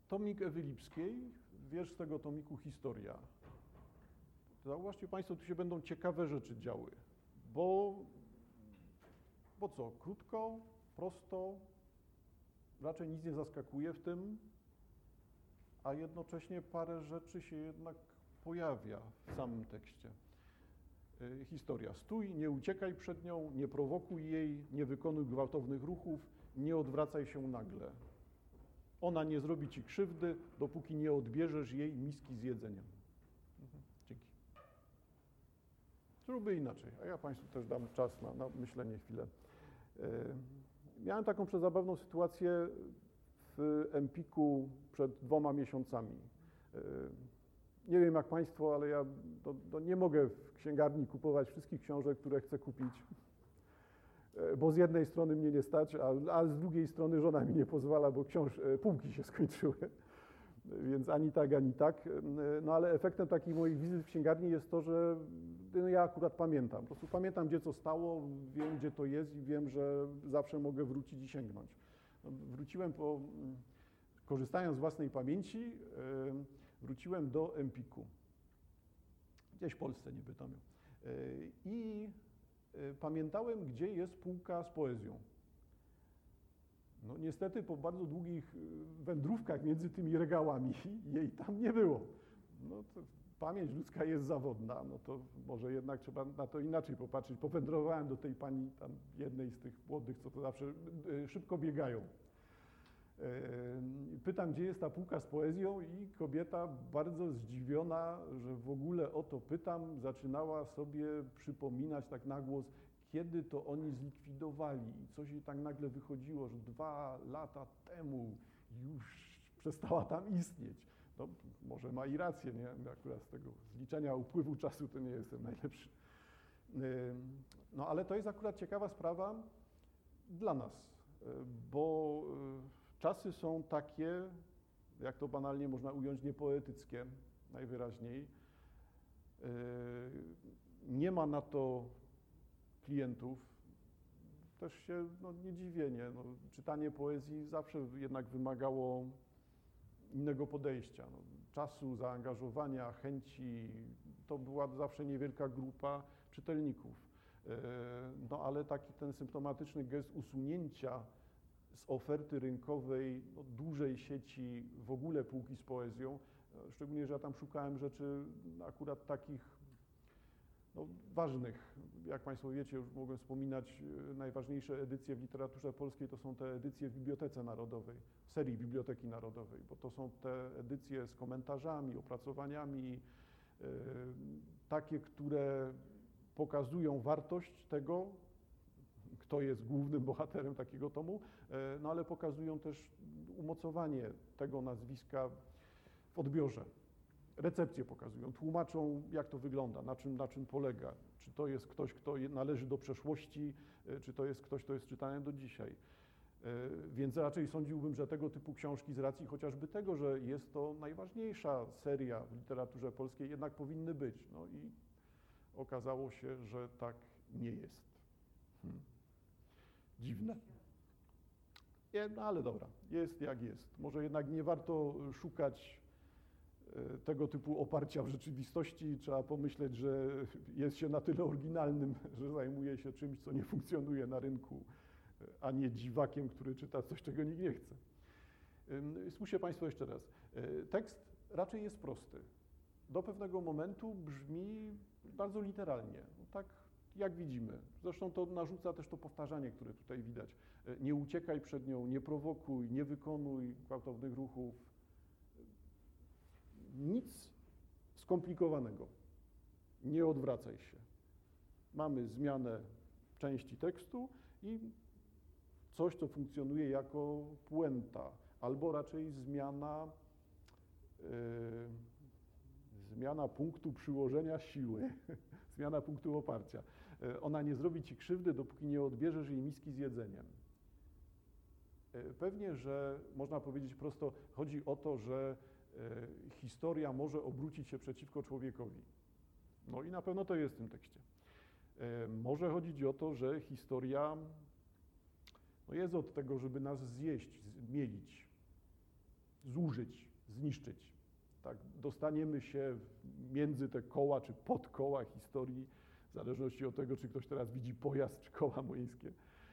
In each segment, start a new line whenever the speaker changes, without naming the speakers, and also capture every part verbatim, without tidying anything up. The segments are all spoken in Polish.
Tomik Ewy Lipskiej, wiersz z tego tomiku Historia. Zauważcie Państwo, tu się będą ciekawe rzeczy działy, bo, bo co, krótko, prosto, raczej nic nie zaskakuje w tym, a jednocześnie parę rzeczy się jednak pojawia w samym tekście. Historia. Stój, nie uciekaj przed nią, nie prowokuj jej, nie wykonuj gwałtownych ruchów, nie odwracaj się nagle. Ona nie zrobi ci krzywdy, dopóki nie odbierzesz jej miski z jedzeniem. Mhm. Dzięki. Zróbmy inaczej, a ja Państwu też dam czas na, na myślenie chwilę. Yy, miałem taką przezabawną sytuację w Empiku przed dwoma miesiącami. Yy, nie wiem jak Państwo, ale ja to, to nie mogę w księgarni kupować wszystkich książek, które chcę kupić, bo z jednej strony mnie nie stać, a, a z drugiej strony żona mi nie pozwala, bo książ półki się skończyły, więc ani tak, ani tak. No ale efektem takich moich wizyt w księgarni jest to, że no, ja akurat pamiętam, po prostu pamiętam, gdzie co stało, wiem, gdzie to jest i wiem, że zawsze mogę wrócić i sięgnąć. No, wróciłem po, korzystając z własnej pamięci, wróciłem do Empiku, gdzieś w Polsce, nie pytam ją, i pamiętałem, gdzie jest półka z poezją. No niestety po bardzo długich wędrówkach między tymi regałami jej tam nie było. No to pamięć ludzka jest zawodna, no to może jednak trzeba na to inaczej popatrzeć. Powędrowałem do tej pani tam jednej z tych młodych, co to zawsze szybko biegają. Pytam, gdzie jest ta półka z poezją i kobieta bardzo zdziwiona, że w ogóle o to pytam, zaczynała sobie przypominać tak na głos, kiedy to oni zlikwidowali i coś jej tak nagle wychodziło, że dwa lata temu już przestała tam istnieć. No, może ma i rację, nie? Akurat z tego zliczenia upływu czasu to nie jestem najlepszy. No ale to jest akurat ciekawa sprawa dla nas, bo czasy są takie, jak to banalnie można ująć, niepoetyckie najwyraźniej. Nie ma na to klientów. Też się no, nie dziwię, nie? No, czytanie poezji zawsze jednak wymagało innego podejścia. No, czasu, zaangażowania, chęci. To była zawsze niewielka grupa czytelników. No ale taki ten symptomatyczny gest usunięcia z oferty rynkowej no, dużej sieci w ogóle półki z poezją, szczególnie, że ja tam szukałem rzeczy akurat takich no, ważnych. Jak Państwo wiecie, już mogłem wspominać, najważniejsze edycje w literaturze polskiej to są te edycje w Bibliotece Narodowej, w serii Biblioteki Narodowej, bo to są te edycje z komentarzami, opracowaniami, yy, takie, które pokazują wartość tego, kto jest głównym bohaterem takiego tomu, no ale pokazują też umocowanie tego nazwiska w odbiorze. Recepcje pokazują, tłumaczą, jak to wygląda, na czym, na czym polega. Czy to jest ktoś, kto należy do przeszłości, czy to jest ktoś, kto jest czytany do dzisiaj. Więc raczej sądziłbym, że tego typu książki z racji chociażby tego, że jest to najważniejsza seria w literaturze polskiej, jednak powinny być. No i okazało się, że tak nie jest. Hmm. Dziwne. Nie, no ale dobra, jest jak jest. Może jednak nie warto szukać tego typu oparcia w rzeczywistości. Trzeba pomyśleć, że jest się na tyle oryginalnym, że zajmuje się czymś, co nie funkcjonuje na rynku, a nie dziwakiem, który czyta coś, czego nikt nie chce. Spójrzcie Państwo jeszcze raz. Tekst raczej jest prosty. Do pewnego momentu brzmi bardzo literalnie. Tak jak widzimy. Zresztą to narzuca też to powtarzanie, które tutaj widać. Nie uciekaj przed nią, nie prowokuj, nie wykonuj gwałtownych ruchów. Nic skomplikowanego. Nie odwracaj się. Mamy zmianę części tekstu i coś, co funkcjonuje jako puenta, albo raczej zmiana, yy, zmiana punktu przyłożenia siły, zmiana punktu oparcia. Ona nie zrobi ci krzywdy, dopóki nie odbierzesz jej miski z jedzeniem. Pewnie, że można powiedzieć prosto, chodzi o to, że historia może obrócić się przeciwko człowiekowi. No i na pewno to jest w tym tekście. Może chodzić o to, że historia no jest od tego, żeby nas zjeść, zmielić, zużyć, zniszczyć. Tak, dostaniemy się między te koła czy pod koła historii, w zależności od tego, czy ktoś teraz widzi pojazd czy koła młyńskie.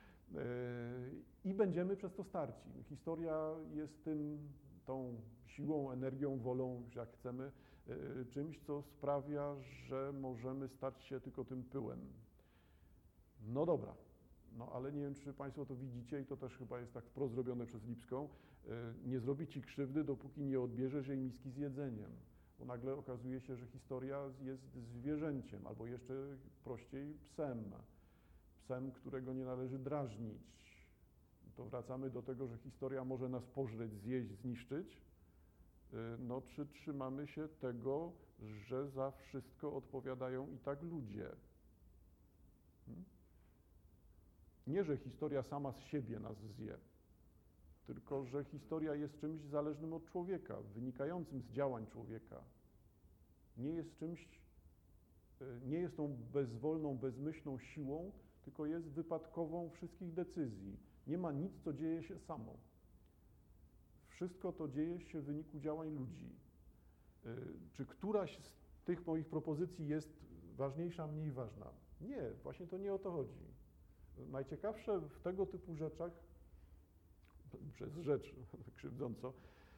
I będziemy przez to starci. Historia jest tym, tą siłą, energią, wolą, jak chcemy, czymś, co sprawia, że możemy stać się tylko tym pyłem. No dobra, no ale nie wiem, czy Państwo to widzicie i to też chyba jest tak wprost zrobione przez Lipską. Nie zrobi Ci krzywdy, dopóki nie odbierzesz jej miski z jedzeniem. Bo nagle okazuje się, że historia jest zwierzęciem, albo jeszcze prościej psem. Psem, którego nie należy drażnić. To wracamy do tego, że historia może nas pożreć, zjeść, zniszczyć. No czy trzymamy się tego, że za wszystko odpowiadają i tak ludzie? Hmm? Nie, że historia sama z siebie nas zje, tylko że historia jest czymś zależnym od człowieka, wynikającym z działań człowieka. Nie jest czymś, nie jest tą bezwolną, bezmyślną siłą, tylko jest wypadkową wszystkich decyzji. Nie ma nic, co dzieje się samo. Wszystko to dzieje się w wyniku działań ludzi. Czy któraś z tych moich propozycji jest ważniejsza, mniej ważna? Nie, właśnie to nie o to chodzi. Najciekawsze w tego typu rzeczach, przez rzecz krzywdząco,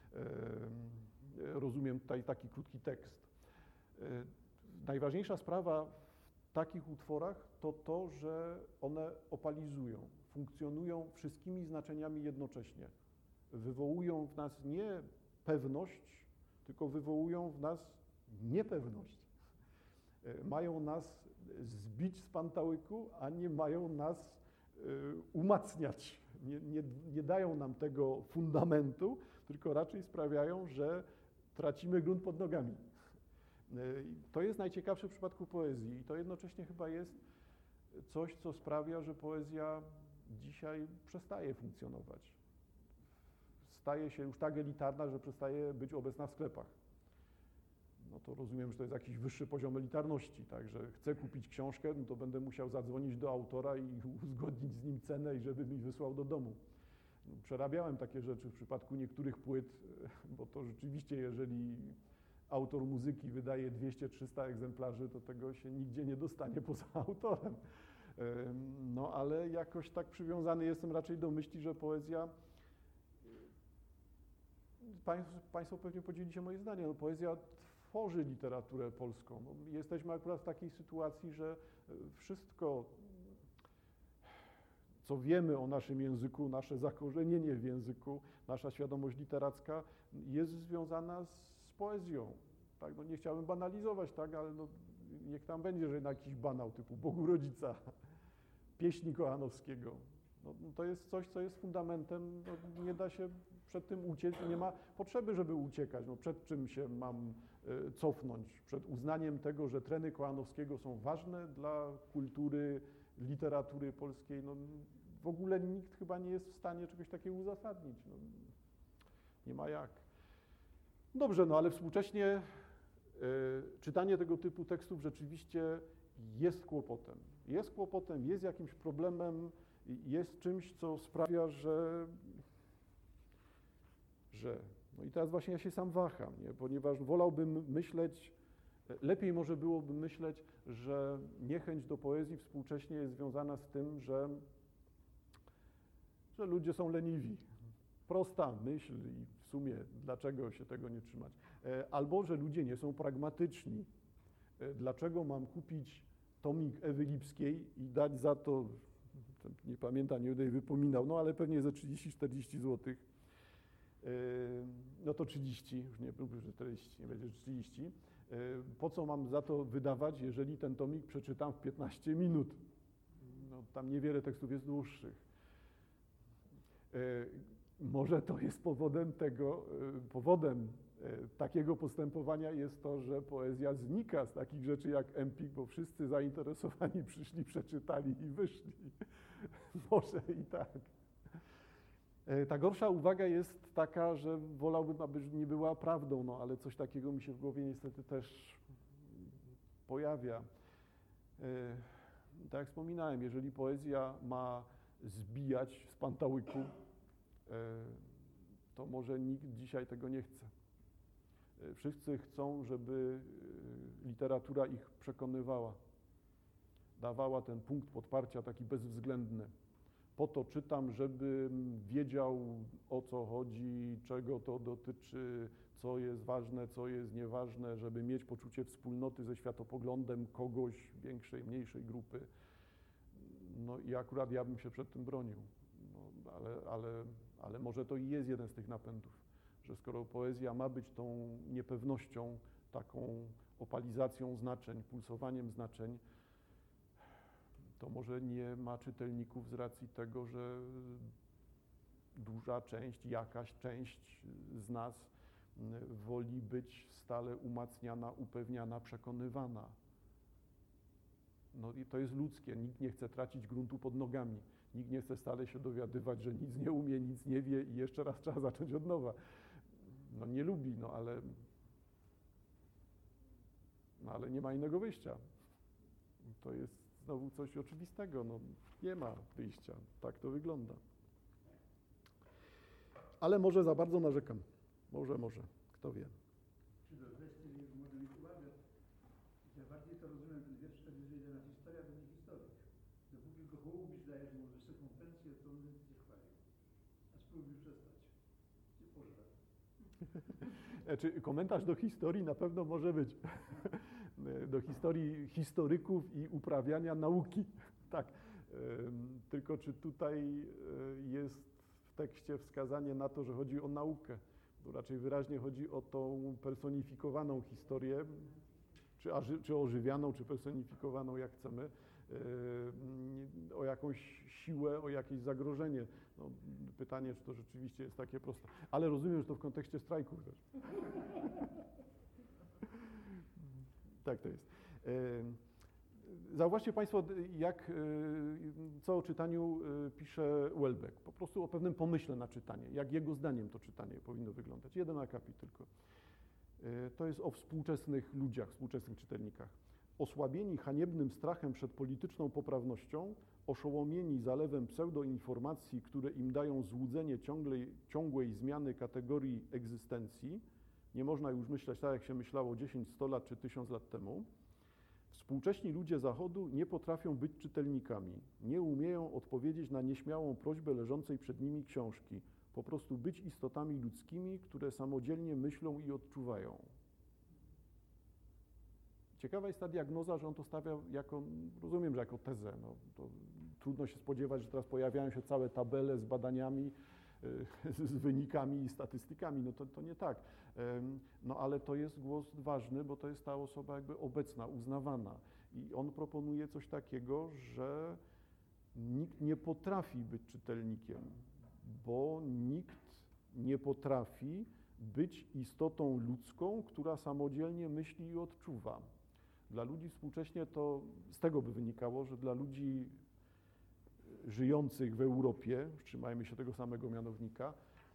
rozumiem tutaj taki krótki tekst. Najważniejsza sprawa w takich utworach to to, że one opalizują, funkcjonują wszystkimi znaczeniami jednocześnie. Wywołują w nas nie pewność, tylko wywołują w nas niepewność. Mają nas zbić z pantałyku, a nie mają nas umacniać. Nie, nie, nie dają nam tego fundamentu, tylko raczej sprawiają, że tracimy grunt pod nogami. To jest najciekawsze w przypadku poezji i to jednocześnie chyba jest coś, co sprawia, że poezja dzisiaj przestaje funkcjonować. Staje się już tak elitarna, że przestaje być obecna w sklepach. No to rozumiem, że to jest jakiś wyższy poziom elitarności, tak, że chcę kupić książkę, no to będę musiał zadzwonić do autora i uzgodnić z nim cenę i żeby mi wysłał do domu. Przerabiałem takie rzeczy w przypadku niektórych płyt, bo to rzeczywiście, jeżeli autor muzyki wydaje dwieście trzysta egzemplarzy, to tego się nigdzie nie dostanie poza autorem. No ale jakoś tak przywiązany jestem raczej do myśli, że poezja, Państwo, państwo pewnie podzieli się moje zdanie, no poezja tworzy literaturę polską. No, jesteśmy akurat w takiej sytuacji, że wszystko, co wiemy o naszym języku, nasze zakorzenienie w języku, nasza świadomość literacka jest związana z poezją. Tak, no nie chciałbym banalizować, tak, ale no, niech tam będzie, że na jakiś banał typu Bogu Rodzica, pieśni Kochanowskiego. No, to jest coś, co jest fundamentem, no, nie da się przed tym uciec i nie ma potrzeby, żeby uciekać. No, przed czym się mam y, cofnąć? Przed uznaniem tego, że treny Kochanowskiego są ważne dla kultury, literatury polskiej. No, w ogóle nikt chyba nie jest w stanie czegoś takiego uzasadnić. No, nie ma jak. Dobrze, no ale współcześnie y, czytanie tego typu tekstów rzeczywiście jest kłopotem. Jest kłopotem, jest jakimś problemem, jest czymś, co sprawia, że, że no i teraz właśnie ja się sam waham, nie? Ponieważ wolałbym myśleć, lepiej może byłoby myśleć, że niechęć do poezji współcześnie jest związana z tym, że, że ludzie są leniwi. Prosta myśl i w sumie dlaczego się tego nie trzymać. Albo, że ludzie nie są pragmatyczni. Dlaczego mam kupić tomik Ewy Lipskiej i dać za to, nie pamiętam, nie będę jej wypominał, no ale pewnie za trzydzieści czterdzieści złotych, no to trzydzieści, już nie, że czterdzieści, nie będzie trzydzieści. Po co mam za to wydawać, jeżeli ten tomik przeczytam w piętnaście minut? No, tam niewiele tekstów jest dłuższych. Może to jest powodem tego, powodem takiego postępowania jest to, że poezja znika z takich rzeczy jak Empik, bo wszyscy zainteresowani przyszli, przeczytali i wyszli. Może i tak. Ta gorsza uwaga jest taka, że wolałbym, aby nie była prawdą, no ale coś takiego mi się w głowie niestety też pojawia. Tak jak wspominałem, jeżeli poezja ma zbijać z pantałyku, to może nikt dzisiaj tego nie chce. Wszyscy chcą, żeby literatura ich przekonywała, dawała ten punkt podparcia taki bezwzględny. Po to czytam, żebym wiedział, o co chodzi, czego to dotyczy, co jest ważne, co jest nieważne, żeby mieć poczucie wspólnoty ze światopoglądem kogoś, większej, mniejszej grupy. No i akurat ja bym się przed tym bronił. No, ale, ale, ale może to i jest jeden z tych napędów, że skoro poezja ma być tą niepewnością, taką opalizacją znaczeń, pulsowaniem znaczeń, to może nie ma czytelników z racji tego, że duża część, jakaś część z nas woli być stale umacniana, upewniana, przekonywana. No i to jest ludzkie, nikt nie chce tracić gruntu pod nogami, nikt nie chce stale się dowiadywać, że nic nie umie, nic nie wie i jeszcze raz trzeba zacząć od nowa. No nie lubi, no ale, no ale nie ma innego wyjścia. To jest znowu coś oczywistego, no nie ma wyjścia, tak to wygląda. Ale może za bardzo narzekam, może, może, kto wie.
Czy do kwestii może mieć uwagę, ja bardziej to rozumiem, ten wiersz wtedy, że idzie na historię, a to nie historyk. Dopóki go hołubisz, dajesz mu wysoką pensję, to on cię chwali. A spróbuj przestać, cię pożre.
Znaczy, komentarz do historii na pewno może być. Do historii historyków i uprawiania nauki. Tak. Tylko czy tutaj jest w tekście wskazanie na to, że chodzi o naukę? Bo raczej wyraźnie chodzi o tą personifikowaną historię, czy, czy ożywianą, czy personifikowaną, jak chcemy, o jakąś siłę, o jakieś zagrożenie. No, pytanie, czy to rzeczywiście jest takie proste. Ale rozumiem, że to w kontekście strajków też. Tak to jest. Zauważcie Państwo, jak, co o czytaniu pisze Houellebecq. Po prostu o pewnym pomyśle na czytanie, jak jego zdaniem to czytanie powinno wyglądać. Jeden akapit tylko. To jest o współczesnych ludziach, współczesnych czytelnikach. Osłabieni haniebnym strachem przed polityczną poprawnością, oszołomieni zalewem pseudoinformacji, które im dają złudzenie ciągłej, ciągłej zmiany kategorii egzystencji, nie można już myśleć tak, jak się myślało dziesięć, sto lat czy tysiąc lat temu. Współcześni ludzie Zachodu nie potrafią być czytelnikami, nie umieją odpowiedzieć na nieśmiałą prośbę leżącej przed nimi książki, po prostu być istotami ludzkimi, które samodzielnie myślą i odczuwają. Ciekawa jest ta diagnoza, że on to stawia jako, rozumiem, że jako tezę. No, to trudno się spodziewać, że teraz pojawiają się całe tabele z badaniami, z wynikami i statystykami. No to, to nie tak. No ale to jest głos ważny, bo to jest ta osoba jakby obecna, uznawana. I on proponuje coś takiego, że nikt nie potrafi być czytelnikiem, bo nikt nie potrafi być istotą ludzką, która samodzielnie myśli i odczuwa. Dla ludzi współcześnie to z tego by wynikało, że dla ludzi żyjących w Europie, trzymajmy się tego samego mianownika,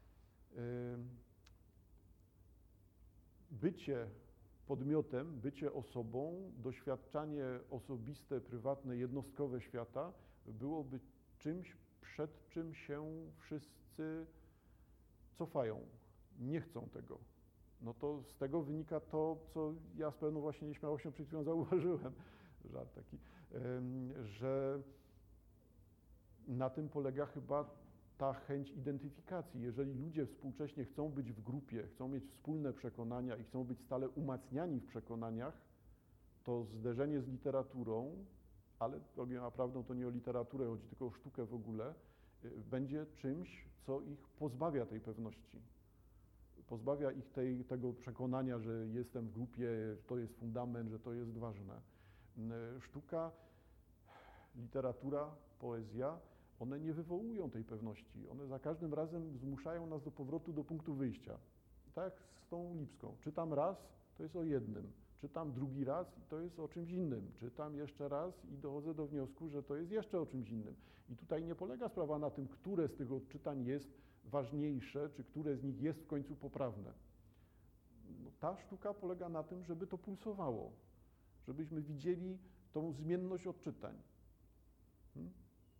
bycie podmiotem, bycie osobą, doświadczanie osobiste, prywatne, jednostkowe świata byłoby czymś, przed czym się wszyscy cofają, nie chcą tego. No to z tego wynika to, co ja z pewną właśnie nieśmiałością przed chwilą zauważyłem, żart taki, że na tym polega chyba ta chęć identyfikacji. Jeżeli ludzie współcześnie chcą być w grupie, chcą mieć wspólne przekonania i chcą być stale umacniani w przekonaniach, to zderzenie z literaturą, ale drogą a prawdą to nie o literaturę chodzi, tylko o sztukę w ogóle, będzie czymś, co ich pozbawia tej pewności. Pozbawia ich tej, tego przekonania, że jestem w grupie, to jest fundament, że to jest ważne. Sztuka, literatura, poezja, one nie wywołują tej pewności. One za każdym razem zmuszają nas do powrotu do punktu wyjścia. Tak z tą Lipską. Czytam raz, to jest o jednym. Czytam drugi raz i to jest o czymś innym. Czytam jeszcze raz i dochodzę do wniosku, że to jest jeszcze o czymś innym. I tutaj nie polega sprawa na tym, które z tych odczytań jest ważniejsze, czy które z nich jest w końcu poprawne. No, ta sztuka polega na tym, żeby to pulsowało, żebyśmy widzieli tą zmienność odczytań. Hmm?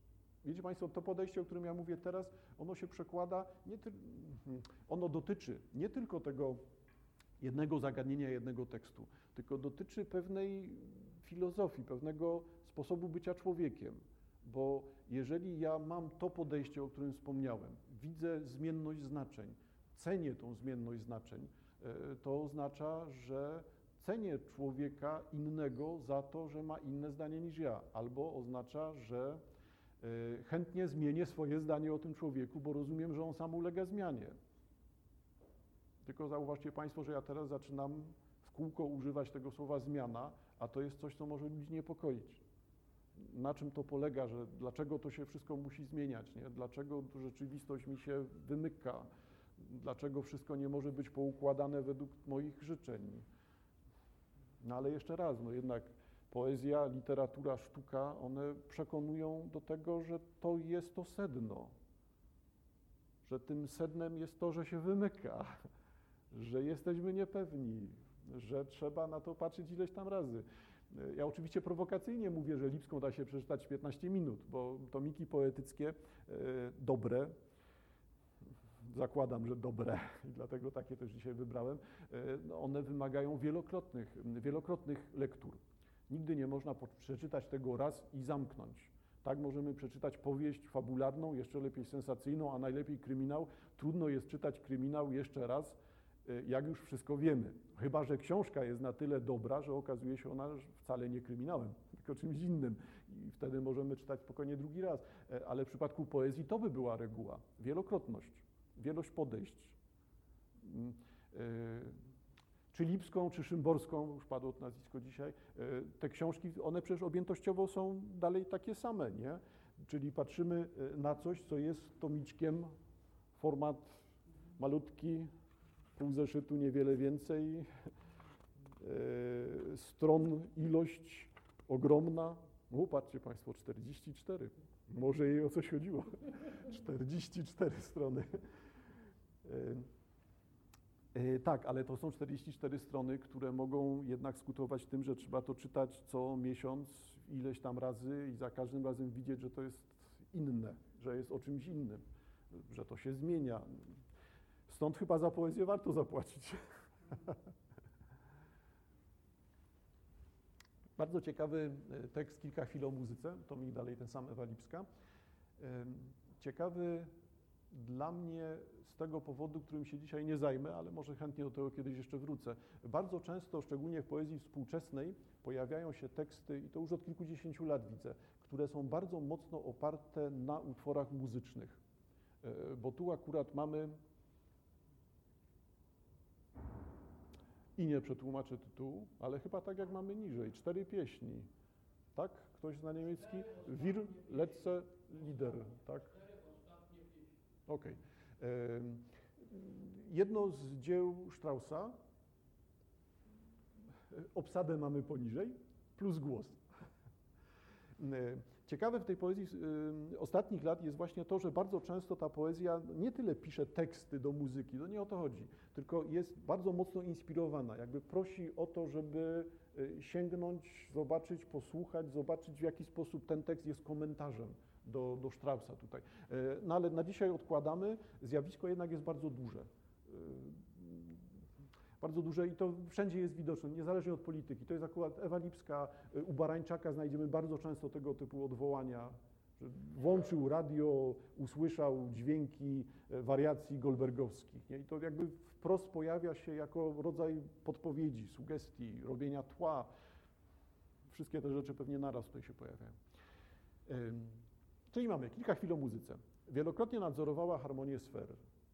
Wiecie Państwo, to podejście, o którym ja mówię teraz, ono się przekłada, nie ty... ono dotyczy nie tylko tego jednego zagadnienia, jednego tekstu, tylko dotyczy pewnej filozofii, pewnego sposobu bycia człowiekiem. Bo jeżeli ja mam to podejście, o którym wspomniałem, widzę zmienność znaczeń, cenię tą zmienność znaczeń, to oznacza, że cenię człowieka innego za to, że ma inne zdanie niż ja, albo oznacza, że chętnie zmienię swoje zdanie o tym człowieku, bo rozumiem, że on sam ulega zmianie. Tylko zauważcie Państwo, że ja teraz zaczynam w kółko używać tego słowa zmiana, a to jest coś, co może ludzi niepokoić. Na czym to polega, że dlaczego to się wszystko musi zmieniać, nie? Dlaczego rzeczywistość mi się wymyka, dlaczego wszystko nie może być poukładane według moich życzeń. No ale jeszcze raz, no jednak poezja, literatura, sztuka, one przekonują do tego, że to jest to sedno, że tym sednem jest to, że się wymyka, że jesteśmy niepewni, że trzeba na to patrzeć ileś tam razy. Ja oczywiście prowokacyjnie mówię, że Lipską da się przeczytać w piętnaście minut, bo tomiki poetyckie e, dobre, zakładam, że dobre i dlatego takie też dzisiaj wybrałem, e, one wymagają wielokrotnych, wielokrotnych lektur. Nigdy nie można przeczytać tego raz i zamknąć. Tak możemy przeczytać powieść fabularną, jeszcze lepiej sensacyjną, a najlepiej kryminał. Trudno jest czytać kryminał jeszcze raz, jak już wszystko wiemy. Chyba że książka jest na tyle dobra, że okazuje się ona wcale nie kryminałem, tylko czymś innym. I wtedy możemy czytać spokojnie drugi raz. Ale w przypadku poezji to by była reguła. Wielokrotność, wielość podejść. Czy Lipską, czy Szymborską, już padło to nazwisko dzisiaj, te książki, one przecież objętościowo są dalej takie same, nie? Czyli patrzymy na coś, co jest tomiczkiem, format malutki, pół zeszytu, niewiele więcej, stron, ilość ogromna. O, patrzcie Państwo, czterdzieści cztery. Może jej o coś chodziło. czterdzieści cztery strony. Tak, ale to są czterdzieści cztery strony, które mogą jednak skutkować tym, że trzeba to czytać co miesiąc, ileś tam razy i za każdym razem widzieć, że to jest inne, że jest o czymś innym, że to się zmienia. Stąd chyba za poezję warto zapłacić. Bardzo ciekawy tekst, kilka chwil o muzyce, to mi dalej ten sam Ewa Lipska. Ciekawy dla mnie z tego powodu, którym się dzisiaj nie zajmę, ale może chętnie do tego kiedyś jeszcze wrócę. Bardzo często, szczególnie w poezji współczesnej, pojawiają się teksty, i to już od kilkudziesięciu lat widzę, które są bardzo mocno oparte na utworach muzycznych. Bo tu akurat mamy, i nie przetłumaczę tytułu, ale chyba tak jak mamy niżej, cztery pieśni. Tak? Ktoś zna niemiecki? Wir, Letzte Lieder, tak? Okej. Okay. Jedno z dzieł Straussa, obsadę mamy poniżej, plus głos. Ciekawe w tej poezji y, ostatnich lat jest właśnie to, że bardzo często ta poezja nie tyle pisze teksty do muzyki, to nie o to chodzi, tylko jest bardzo mocno inspirowana, jakby prosi o to, żeby sięgnąć, zobaczyć, posłuchać, zobaczyć, w jaki sposób ten tekst jest komentarzem do, do Straussa tutaj. No ale na dzisiaj odkładamy, zjawisko jednak jest bardzo duże. Bardzo duże i to wszędzie jest widoczne, niezależnie od polityki. To jest akurat Ewa Lipska, u Barańczaka znajdziemy bardzo często tego typu odwołania, że włączył radio, usłyszał dźwięki wariacji goldbergowskich. Nie? I to jakby wprost pojawia się jako rodzaj podpowiedzi, sugestii, robienia tła. Wszystkie te rzeczy pewnie naraz tutaj się pojawiają. Czyli mamy kilka chwil o muzyce. Wielokrotnie nadzorowała harmonię sfer.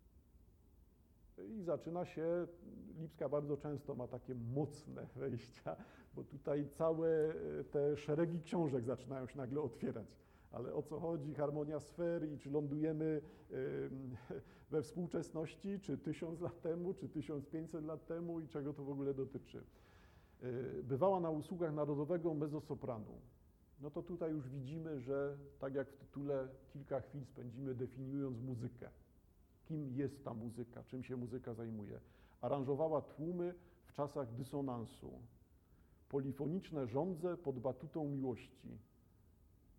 I zaczyna się, Lipska bardzo często ma takie mocne wejścia, bo tutaj całe te szeregi książek zaczynają się nagle otwierać. Ale o co chodzi? Harmonia sfer i czy lądujemy we współczesności, czy tysiąc lat temu, czy tysiąc pięćset lat temu i czego to w ogóle dotyczy. Bywała na usługach narodowego mezzosopranu. No to tutaj już widzimy, że tak jak w tytule kilka chwil spędzimy definiując muzykę. Kim jest ta muzyka, czym się muzyka zajmuje. Aranżowała tłumy w czasach dysonansu. Polifoniczne żądze pod batutą miłości.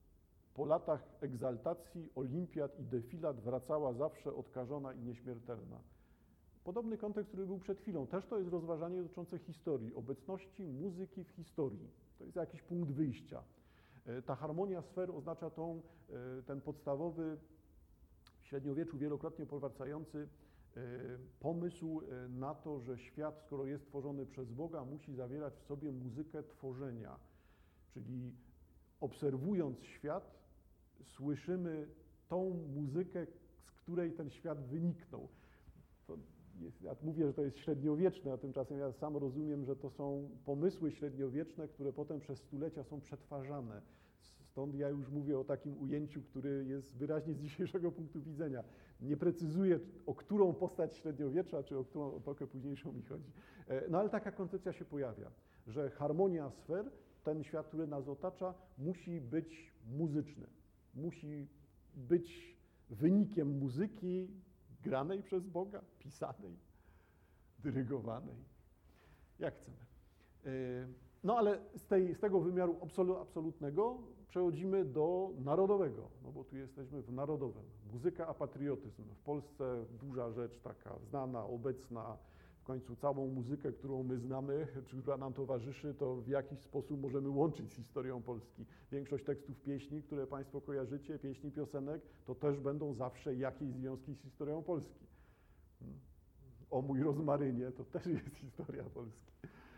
Po latach egzaltacji, olimpiad i defilat wracała zawsze odkażona i nieśmiertelna. Podobny kontekst, który był przed chwilą. Też to jest rozważanie dotyczące historii, obecności muzyki w historii. To jest jakiś punkt wyjścia. Ta harmonia sfer oznacza tą, ten podstawowy, w średniowieczu wielokrotnie powracający pomysł na to, że świat, skoro jest tworzony przez Boga, musi zawierać w sobie muzykę tworzenia. Czyli obserwując świat, słyszymy tą muzykę, z której ten świat wyniknął. To jest, ja mówię, że to jest średniowieczne, a tymczasem ja sam rozumiem, że to są pomysły średniowieczne, które potem przez stulecia są przetwarzane. Stąd ja już mówię o takim ujęciu, który jest wyraźnie z dzisiejszego punktu widzenia. Nie precyzuję, o którą postać średniowiecza, czy o którą epokę późniejszą mi chodzi. No ale taka koncepcja się pojawia, że harmonia sfer, ten świat, który nas otacza, musi być muzyczny. Musi być wynikiem muzyki granej przez Boga, pisanej, dyrygowanej, jak chcemy. No ale z, tej, z tego wymiaru absolutnego przechodzimy do narodowego, no bo tu jesteśmy w narodowym. Muzyka a patriotyzm. W Polsce duża rzecz taka znana, obecna, w końcu całą muzykę, którą my znamy, czy która nam towarzyszy, to w jakiś sposób możemy łączyć z historią Polski. Większość tekstów pieśni, które Państwo kojarzycie, pieśni, piosenek, to też będą zawsze jakieś związki z historią Polski. O mój rozmarynie, to też jest historia Polski.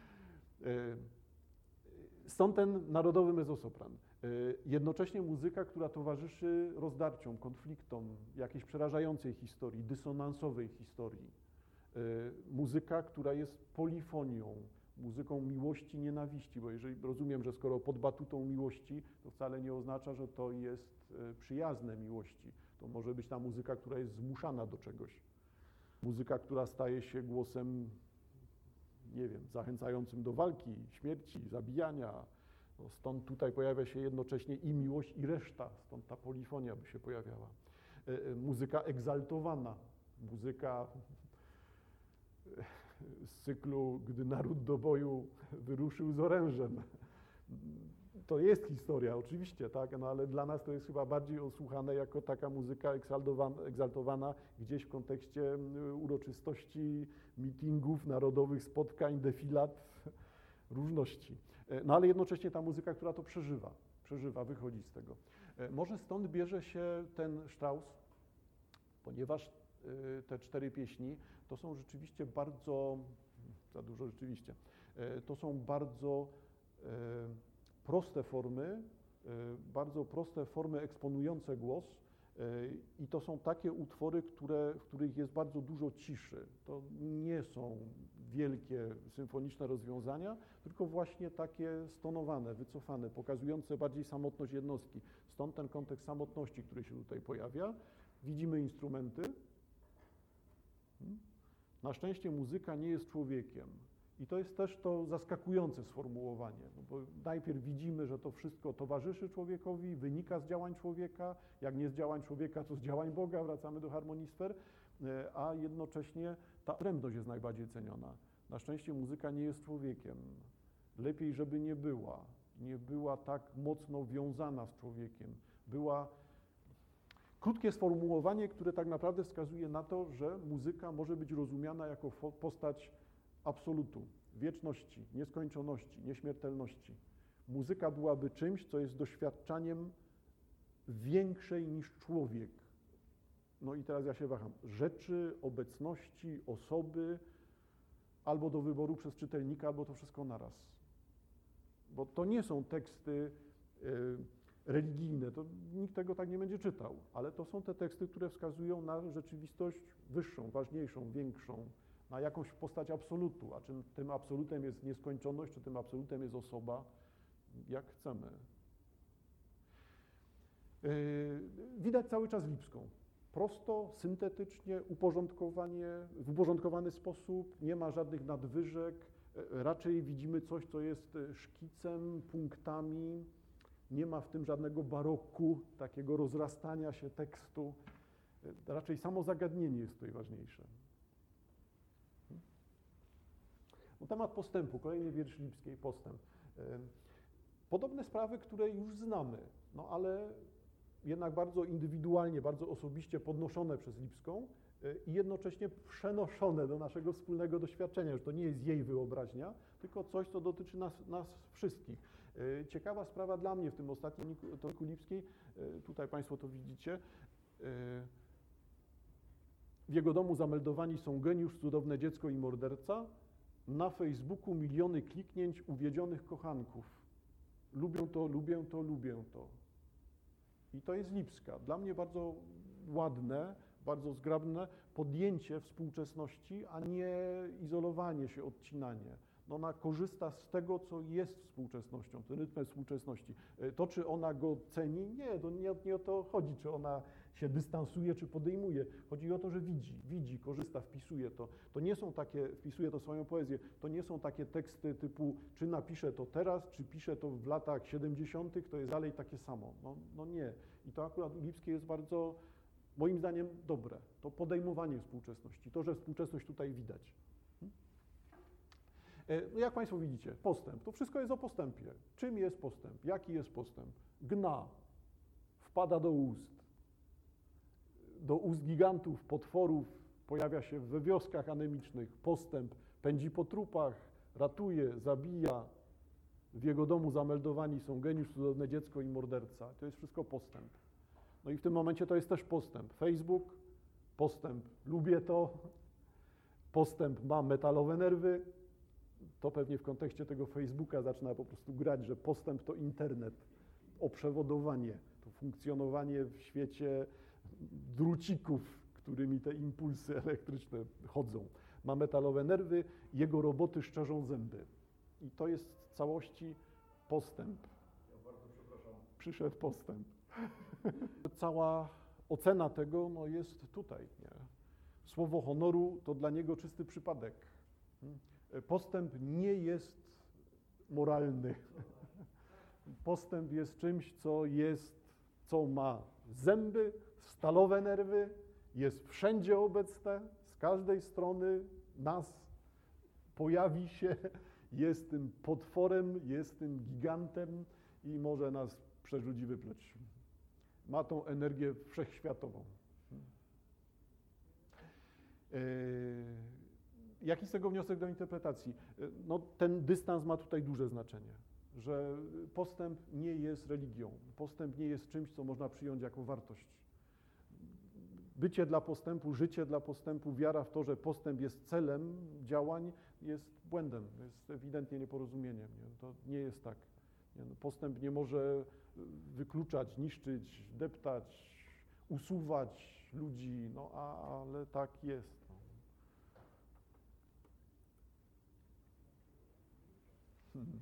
Stąd ten narodowy mezzosopran. Jednocześnie muzyka, która towarzyszy rozdarciom, konfliktom, jakiejś przerażającej historii, dysonansowej historii. Muzyka, która jest polifonią, muzyką miłości, nienawiści, bo jeżeli rozumiem, że skoro pod batutą miłości, to wcale nie oznacza, że to jest przyjazne miłości. To może być ta muzyka, która jest zmuszana do czegoś. Muzyka, która staje się głosem, nie wiem, zachęcającym do walki, śmierci, zabijania. No stąd tutaj pojawia się jednocześnie i miłość, i reszta. Stąd ta polifonia by się pojawiała. Muzyka egzaltowana, muzyka z cyklu Gdy naród do boju wyruszył z orężem. To jest historia, oczywiście, tak, no ale dla nas to jest chyba bardziej osłuchane jako taka muzyka egzaltowana gdzieś w kontekście uroczystości, mitingów, narodowych spotkań, defilat, różności. No ale jednocześnie ta muzyka, która to przeżywa, przeżywa, wychodzi z tego. Może stąd bierze się ten Strauss, ponieważ te cztery pieśni to są rzeczywiście bardzo, za dużo rzeczywiście, to są bardzo proste formy, bardzo proste formy eksponujące głos i to są takie utwory, które, w których jest bardzo dużo ciszy. To nie są wielkie symfoniczne rozwiązania, tylko właśnie takie stonowane, wycofane, pokazujące bardziej samotność jednostki. Stąd ten kontekst samotności, który się tutaj pojawia. Widzimy instrumenty. Na szczęście muzyka nie jest człowiekiem. I to jest też to zaskakujące sformułowanie, no bo najpierw widzimy, że to wszystko towarzyszy człowiekowi, wynika z działań człowieka, jak nie z działań człowieka, to z działań Boga, wracamy do harmonii sfer, a jednocześnie ta odrębność jest najbardziej ceniona. Na szczęście muzyka nie jest człowiekiem. Lepiej, żeby nie była. Nie była tak mocno wiązana z człowiekiem. Była krótkie sformułowanie, które tak naprawdę wskazuje na to, że muzyka może być rozumiana jako postać absolutu, wieczności, nieskończoności, nieśmiertelności. Muzyka byłaby czymś, co jest doświadczaniem większej niż człowiek. No i teraz ja się waham. Rzeczy, obecności, osoby, albo do wyboru przez czytelnika, albo to wszystko naraz. Bo to nie są teksty y, religijne, to nikt tego tak nie będzie czytał, ale to są te teksty, które wskazują na rzeczywistość wyższą, ważniejszą, większą, na jakąś postać absolutu, a czy tym absolutem jest nieskończoność, czy tym absolutem jest osoba, jak chcemy. Yy, widać cały czas Lipską. Prosto, syntetycznie, uporządkowanie, w uporządkowany sposób, nie ma żadnych nadwyżek, raczej widzimy coś, co jest szkicem, punktami, nie ma w tym żadnego baroku, takiego rozrastania się tekstu, raczej samo zagadnienie jest tutaj ważniejsze. No, temat postępu, kolejny wiersz Lipskiej, postęp. Podobne sprawy, które już znamy, no ale jednak bardzo indywidualnie, bardzo osobiście podnoszone przez Lipską i jednocześnie przenoszone do naszego wspólnego doświadczenia, że to nie jest jej wyobraźnia, tylko coś, co dotyczy nas, nas wszystkich. Ciekawa sprawa dla mnie w tym ostatnim toniku Lipskiej, tutaj Państwo to widzicie, w jego domu zameldowani są geniusz, cudowne dziecko i morderca, na Facebooku miliony kliknięć uwiedzionych kochanków. Lubią to, lubię to, lubię to. I to jest Lipska. Dla mnie bardzo ładne, bardzo zgrabne podjęcie współczesności, a nie izolowanie się, odcinanie. No ona korzysta z tego, co jest współczesnością, tym rytmem współczesności. To, czy ona go ceni, nie, to nie, nie o to chodzi, czy ona się dystansuje, czy podejmuje. Chodzi o to, że widzi, widzi, korzysta, wpisuje to. To nie są takie, wpisuje to swoją poezję, to nie są takie teksty typu, czy napiszę to teraz, czy piszę to w latach siedemdziesiątych, to jest dalej takie samo. No, no nie. I to akurat u Lipskiej jest bardzo, moim zdaniem, dobre. To podejmowanie współczesności, to, że współczesność tutaj widać. No jak Państwo widzicie, postęp. To wszystko jest o postępie. Czym jest postęp? Jaki jest postęp? Gna. Wpada do ust. Do ust gigantów, potworów. Pojawia się we wioskach anemicznych. Postęp. Pędzi po trupach. Ratuje, zabija. W jego domu zameldowani są geniusz, cudowne dziecko i morderca. To jest wszystko postęp. No i w tym momencie to jest też postęp. Facebook, postęp. Lubię to. Postęp ma metalowe nerwy. To pewnie w kontekście tego Facebooka zaczyna po prostu grać, że postęp to internet, oprzewodowanie, to funkcjonowanie w świecie drucików, którymi te impulsy elektryczne chodzą. Ma metalowe nerwy, jego roboty szczerzą zęby. I to jest w całości postęp.
Ja bardzo przepraszam.
Przyszedł postęp. Cała ocena tego no, jest tutaj. Nie? Słowo honoru to dla niego czysty przypadek. Postęp nie jest moralny. Postęp jest czymś, co jest, co ma zęby, stalowe nerwy, jest wszędzie obecne, z każdej strony nas pojawi się, jest tym potworem, jest tym gigantem i może nas przerzuć i wypluć. Ma tą energię wszechświatową. Yy... Jaki z tego wniosek do interpretacji? No, ten dystans ma tutaj duże znaczenie, że postęp nie jest religią, postęp nie jest czymś, co można przyjąć jako wartość. Bycie dla postępu, życie dla postępu, wiara w to, że postęp jest celem działań, jest błędem, jest ewidentnie nieporozumieniem. Nie? To nie jest tak. Nie? No, postęp nie może wykluczać, niszczyć, deptać, usuwać ludzi, no a, ale tak jest. Hmm.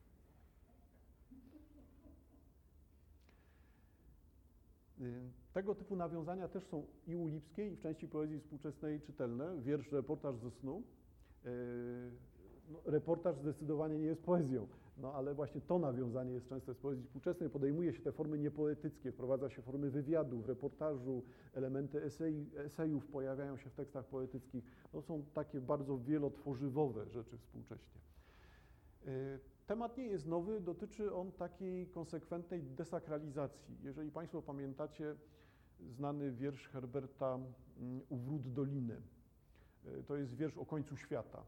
Tego typu nawiązania też są i u Lipskiej, i w części poezji współczesnej czytelne. Wiersz Reportaż ze snu. No, reportaż zdecydowanie nie jest poezją, no ale właśnie to nawiązanie jest często z poezji współczesnej. Podejmuje się te formy niepoetyckie, wprowadza się formy wywiadu, w reportażu, elementy esej, esejów pojawiają się w tekstach poetyckich. To są takie bardzo wielotworzywowe rzeczy współcześnie. Temat nie jest nowy, dotyczy on takiej konsekwentnej desakralizacji. Jeżeli Państwo pamiętacie znany wiersz Herberta U wrót doliny, to jest wiersz o końcu świata.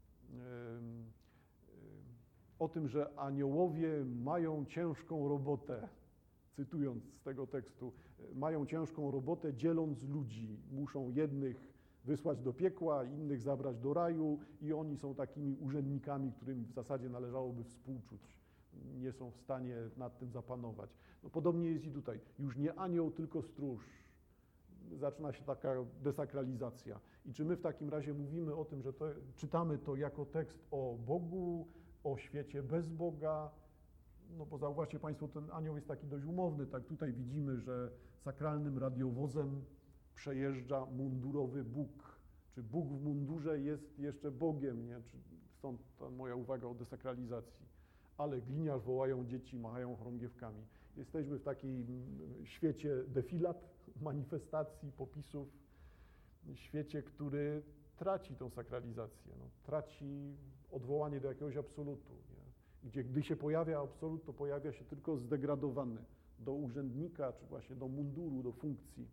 O tym, że aniołowie mają ciężką robotę, cytując z tego tekstu, mają ciężką robotę dzieląc ludzi, muszą jednych wysłać do piekła, innych zabrać do raju i oni są takimi urzędnikami, którym w zasadzie należałoby współczuć. Nie są w stanie nad tym zapanować. No, podobnie jest i tutaj. Już nie anioł, tylko stróż. Zaczyna się taka desakralizacja. I czy my w takim razie mówimy o tym, że to, czytamy to jako tekst o Bogu, o świecie bez Boga? No bo zauważcie Państwo, ten anioł jest taki dość umowny. Tak tutaj widzimy, że sakralnym radiowozem przejeżdża mundurowy Bóg. Czy Bóg w mundurze jest jeszcze Bogiem, nie? Czy stąd ta moja uwaga o desakralizacji. Ale gliniarz wołają dzieci, machają chorągiewkami. Jesteśmy w takim świecie defilat, manifestacji, popisów, świecie, który traci tą sakralizację, no, traci odwołanie do jakiegoś absolutu, nie? Gdzie gdy się pojawia absolut, to pojawia się tylko zdegradowany, do urzędnika, czy właśnie do munduru, do funkcji.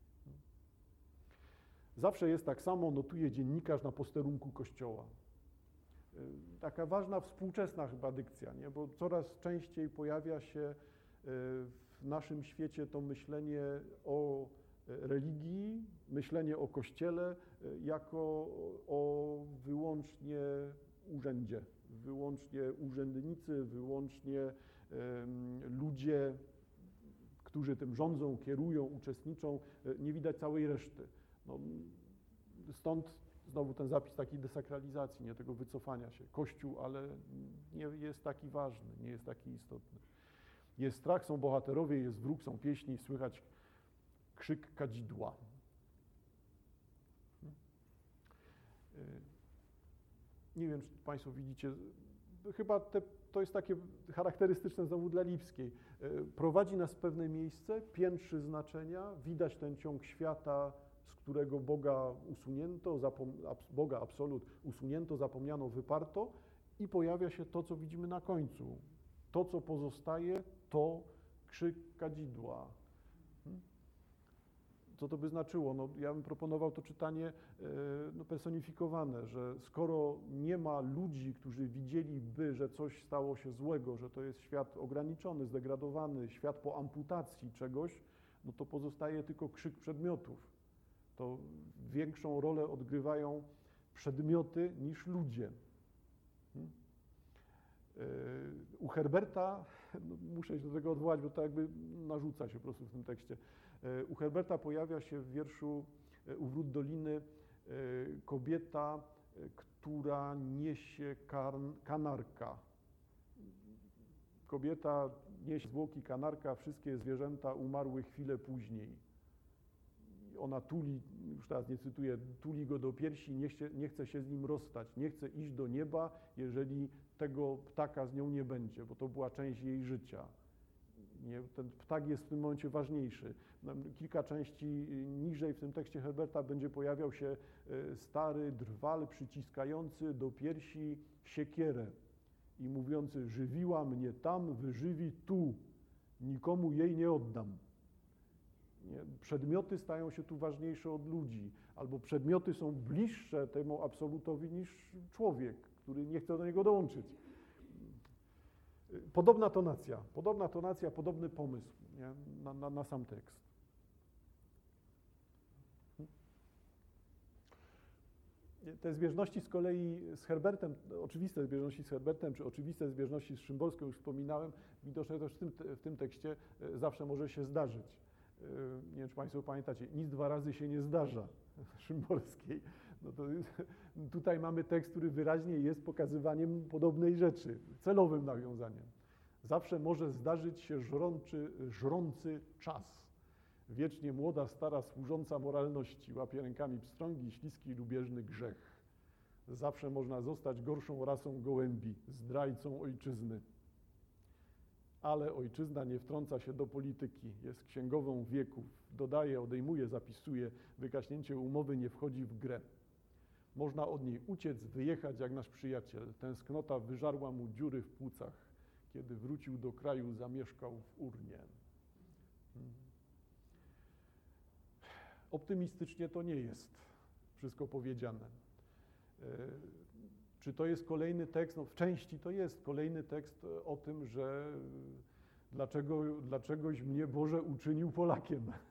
Zawsze jest tak samo, notuje dziennikarz na posterunku kościoła. Taka ważna współczesna chyba dykcja, nie? Bo coraz częściej pojawia się w naszym świecie to myślenie o religii, myślenie o Kościele jako o wyłącznie urzędzie, wyłącznie urzędnicy, wyłącznie ludzie, którzy tym rządzą, kierują, uczestniczą, nie widać całej reszty. No, stąd znowu ten zapis takiej desakralizacji, nie, tego wycofania się. Kościół, ale nie jest taki ważny, nie jest taki istotny. Jest strach, są bohaterowie, jest wróg, są pieśni, słychać krzyk kadzidła. Nie wiem, czy Państwo widzicie, chyba te, to jest takie charakterystyczne znowu dla Lipskiej. Prowadzi nas w pewne miejsce, piętrzy znaczenia, widać ten ciąg świata, z którego Boga usunięto, zapom- Boga absolut usunięto, zapomniano, wyparto i pojawia się to, co widzimy na końcu. To, co pozostaje, to krzyk kadzidła. Co to by znaczyło? No, ja bym proponował to czytanie no, personifikowane, że skoro nie ma ludzi, którzy widzieliby, że coś stało się złego, że to jest świat ograniczony, zdegradowany, świat po amputacji czegoś, no to pozostaje tylko krzyk przedmiotów. To większą rolę odgrywają przedmioty niż ludzie. U Herberta, no muszę się do tego odwołać, bo to jakby narzuca się po prostu w tym tekście. U Herberta pojawia się w wierszu U wrót doliny kobieta, która niesie karn, kanarka. Kobieta niesie zwłoki kanarka, wszystkie zwierzęta umarły chwilę później. Ona tuli, już teraz nie cytuję, tuli go do piersi, nie chce, nie chce się z nim rozstać, nie chce iść do nieba, jeżeli tego ptaka z nią nie będzie, bo to była część jej życia. Nie, ten ptak jest w tym momencie ważniejszy. Kilka części niżej w tym tekście Herberta będzie pojawiał się stary drwal przyciskający do piersi siekierę i mówiący: żywiła mnie tam, wyżywi tu, nikomu jej nie oddam. Nie? Przedmioty stają się tu ważniejsze od ludzi, albo przedmioty są bliższe temu absolutowi niż człowiek, który nie chce do niego dołączyć. Podobna tonacja, podobna tonacja, podobny pomysł, nie? Na, na, na sam tekst. Te zbieżności z kolei z Herbertem, oczywiste zbieżności z Herbertem, czy oczywiste zbieżności z Szymborską, już wspominałem, widoczne też w tym, w tym tekście zawsze może się zdarzyć. Nie wiem, czy Państwo pamiętacie, nic dwa razy się nie zdarza Szymborskiej. No to tutaj mamy tekst, który wyraźnie jest pokazywaniem podobnej rzeczy, celowym nawiązaniem. Zawsze może zdarzyć się żrączy, żrący czas. Wiecznie młoda, stara, służąca moralności, łapie rękami pstrągi, śliski, lubieżny grzech. Zawsze można zostać gorszą rasą gołębi, zdrajcą ojczyzny. Ale ojczyzna nie wtrąca się do polityki, jest księgową wieków, dodaje, odejmuje, zapisuje, wygaśnięcie umowy nie wchodzi w grę. Można od niej uciec, wyjechać jak nasz przyjaciel. Tęsknota wyżarła mu dziury w płucach. Kiedy wrócił do kraju, zamieszkał w urnie. Hmm. Optymistycznie to nie jest wszystko powiedziane. E, czy to jest kolejny tekst? No w części to jest kolejny tekst o tym, że dlaczego, dlaczegoś mnie Boże uczynił Polakiem. E,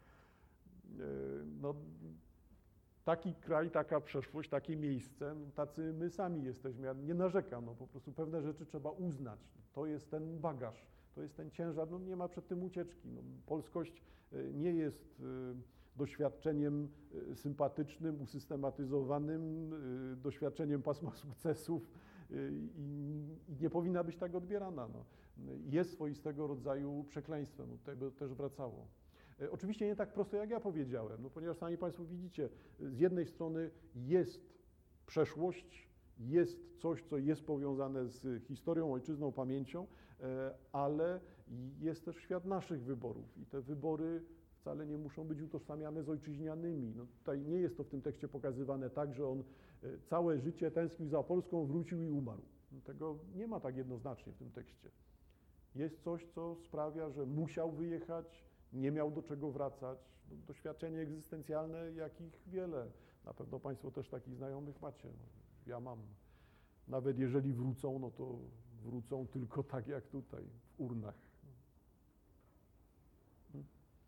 no, taki kraj, taka przeszłość, takie miejsce, no, tacy my sami jesteśmy. Ja nie narzekam, no, po prostu pewne rzeczy trzeba uznać. To jest ten bagaż, to jest ten ciężar, no nie ma przed tym ucieczki. No, polskość nie jest doświadczeniem sympatycznym, usystematyzowanym, doświadczeniem pasma sukcesów i nie powinna być tak odbierana. No. Jest swoistego rodzaju przekleństwem, od tego też wracało. Oczywiście nie tak prosto, jak ja powiedziałem, no ponieważ sami Państwo widzicie, z jednej strony jest przeszłość, jest coś, co jest powiązane z historią, ojczyzną, pamięcią, ale jest też świat naszych wyborów i te wybory wcale nie muszą być utożsamiane z ojczyźnianymi. No tutaj nie jest to w tym tekście pokazywane tak, że on całe życie tęsknił za Polską, wrócił i umarł. Tego nie ma tak jednoznacznie w tym tekście. jest coś, co sprawia, że musiał wyjechać, nie miał do czego wracać. No, doświadczenie egzystencjalne, jakich wiele. Na pewno Państwo też takich znajomych macie. No, ja mam. Nawet jeżeli wrócą, no to wrócą tylko tak jak tutaj, w urnach. Hmm.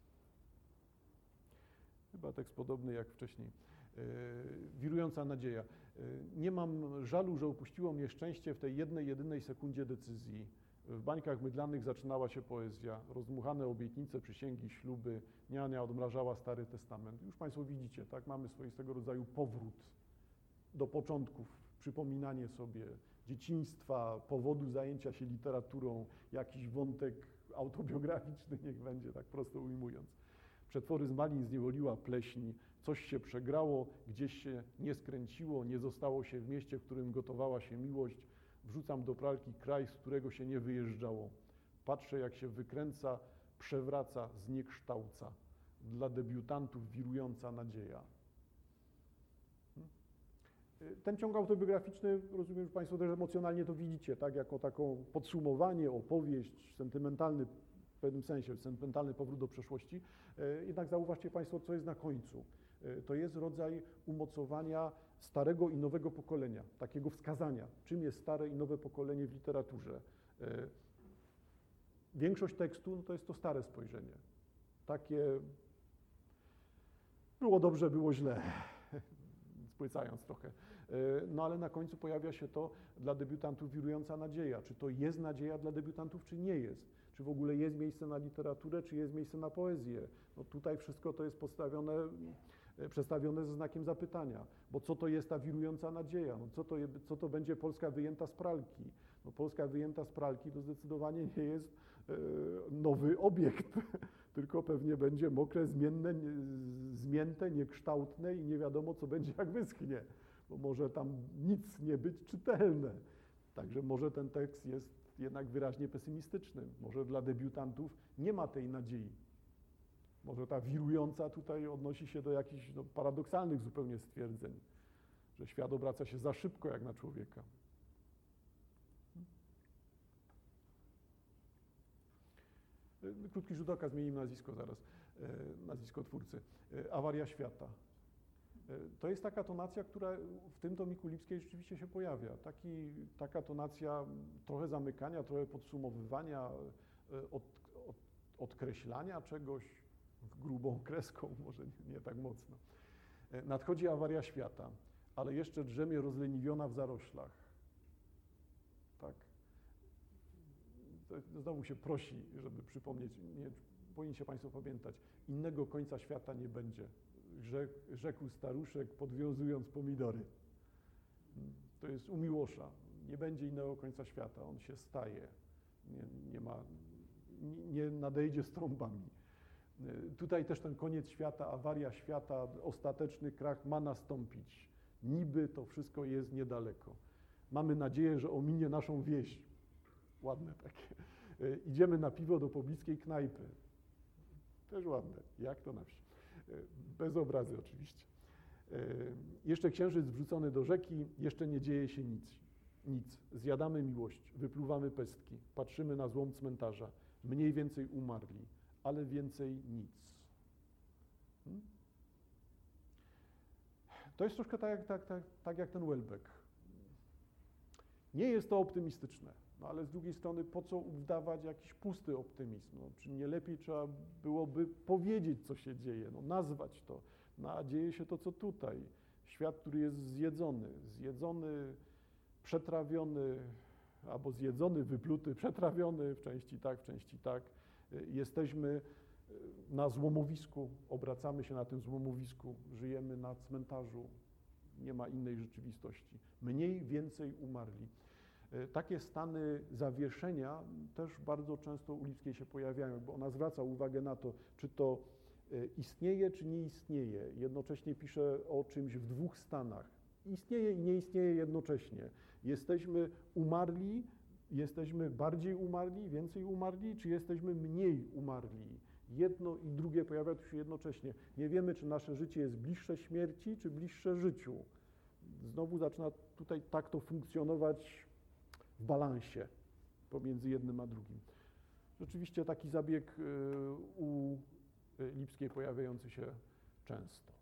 Chyba tekst podobny jak wcześniej. Yy, wirująca nadzieja. Yy, nie mam żalu, że upuściło mnie szczęście w tej jednej, jedynej sekundzie decyzji. W bańkach mydlanych zaczynała się poezja, rozdmuchane obietnice, przysięgi, śluby, niania odmrażała Stary Testament. Już Państwo widzicie, tak? Mamy swoistego rodzaju powrót do początków, przypominanie sobie dzieciństwa, powodu zajęcia się literaturą, jakiś wątek autobiograficzny niech będzie, tak prosto ujmując. Przetwory z malin zniewoliła pleśń, coś się przegrało, gdzieś się nie skręciło, nie zostało się w mieście, w którym gotowała się miłość. Wrzucam do pralki kraj, z którego się nie wyjeżdżało. Patrzę, jak się wykręca, przewraca, zniekształca. Dla debiutantów wirująca nadzieja. Ten ciąg autobiograficzny, rozumiem, że Państwo też emocjonalnie to widzicie, tak, jako taką podsumowanie, opowieść, sentymentalny, w pewnym sensie, sentymentalny powrót do przeszłości. Jednak zauważcie Państwo, co jest na końcu. To jest rodzaj umocowania starego i nowego pokolenia, takiego wskazania, czym jest stare i nowe pokolenie w literaturze. Większość tekstu no to jest to stare spojrzenie. Takie było dobrze, było źle, spłycając trochę. No ale na końcu pojawia się to dla debiutantów wirująca nadzieja. Czy to jest nadzieja dla debiutantów, czy nie jest? Czy w ogóle jest miejsce na literaturę, czy jest miejsce na poezję? No tutaj wszystko to jest postawione, przedstawione ze znakiem zapytania, bo co to jest ta wirująca nadzieja? No co, to je, co to będzie Polska wyjęta z pralki? No Polska wyjęta z pralki to zdecydowanie nie jest e, nowy obiekt, tylko pewnie będzie mokre, zmienne, nie, zmięte, niekształtne i nie wiadomo, co będzie, jak wyschnie, bo może tam nic nie być czytelne. Także może ten tekst jest jednak wyraźnie pesymistyczny. Może dla debiutantów nie ma tej nadziei. Może ta wirująca tutaj odnosi się do jakichś no, paradoksalnych zupełnie stwierdzeń, że świat obraca się za szybko jak na człowieka. Krótki rzut oka, zmienimy nazwisko zaraz, nazwisko twórcy. Awaria świata. To jest taka tonacja, która w tym tomiku Lipskiej rzeczywiście się pojawia. Taki, taka tonacja trochę zamykania, trochę podsumowywania, od, od, odkreślania czegoś grubą kreską, może nie, nie tak mocno. Nadchodzi awaria świata, ale jeszcze drzemie rozleniwiona w zaroślach. Tak. To znowu się prosi, żeby przypomnieć, nie, powinniście Państwo pamiętać, innego końca świata nie będzie. Rzekł, rzekł staruszek, podwiązując pomidory. To jest u Miłosza. Nie będzie innego końca świata, on się staje. Nie, nie ma, nie, nie nadejdzie z trąbami. Tutaj też ten koniec świata, awaria świata, ostateczny krach ma nastąpić. Niby to wszystko jest niedaleko. Mamy nadzieję, że ominie naszą wieś. Ładne takie. Idziemy na piwo do pobliskiej knajpy. Też ładne. Jak to na wsi? Bez obrazy oczywiście. Jeszcze księżyc wrzucony do rzeki, jeszcze nie dzieje się nic. Nic. Zjadamy miłość, wypluwamy pestki, patrzymy na złom cmentarza. Mniej więcej umarli, ale więcej nic. Hmm? To jest troszkę tak jak, tak, tak, tak jak ten Welbeck. Nie jest to optymistyczne, no ale z drugiej strony po co wdawać jakiś pusty optymizm? No, czy nie lepiej trzeba byłoby powiedzieć, co się dzieje, no, nazwać to. No, a dzieje się to, co tutaj. Świat, który jest zjedzony, zjedzony, przetrawiony, albo zjedzony, wypluty, przetrawiony, w części tak, w części tak. Jesteśmy na złomowisku, obracamy się na tym złomowisku, żyjemy na cmentarzu, nie ma innej rzeczywistości. Mniej więcej umarli. Takie stany zawieszenia też bardzo często u Lipskiej się pojawiają, bo ona zwraca uwagę na to, czy to istnieje, czy nie istnieje. Jednocześnie pisze o czymś w dwóch stanach. Istnieje i nie istnieje jednocześnie. Jesteśmy umarli, jesteśmy bardziej umarli, więcej umarli, czy jesteśmy mniej umarli. Jedno i drugie pojawia się jednocześnie. Nie wiemy, czy nasze życie jest bliższe śmierci, czy bliższe życiu. Znowu zaczyna tutaj tak to funkcjonować w balansie pomiędzy jednym a drugim. rzeczywiście taki zabieg u Lipskiej pojawiający się często.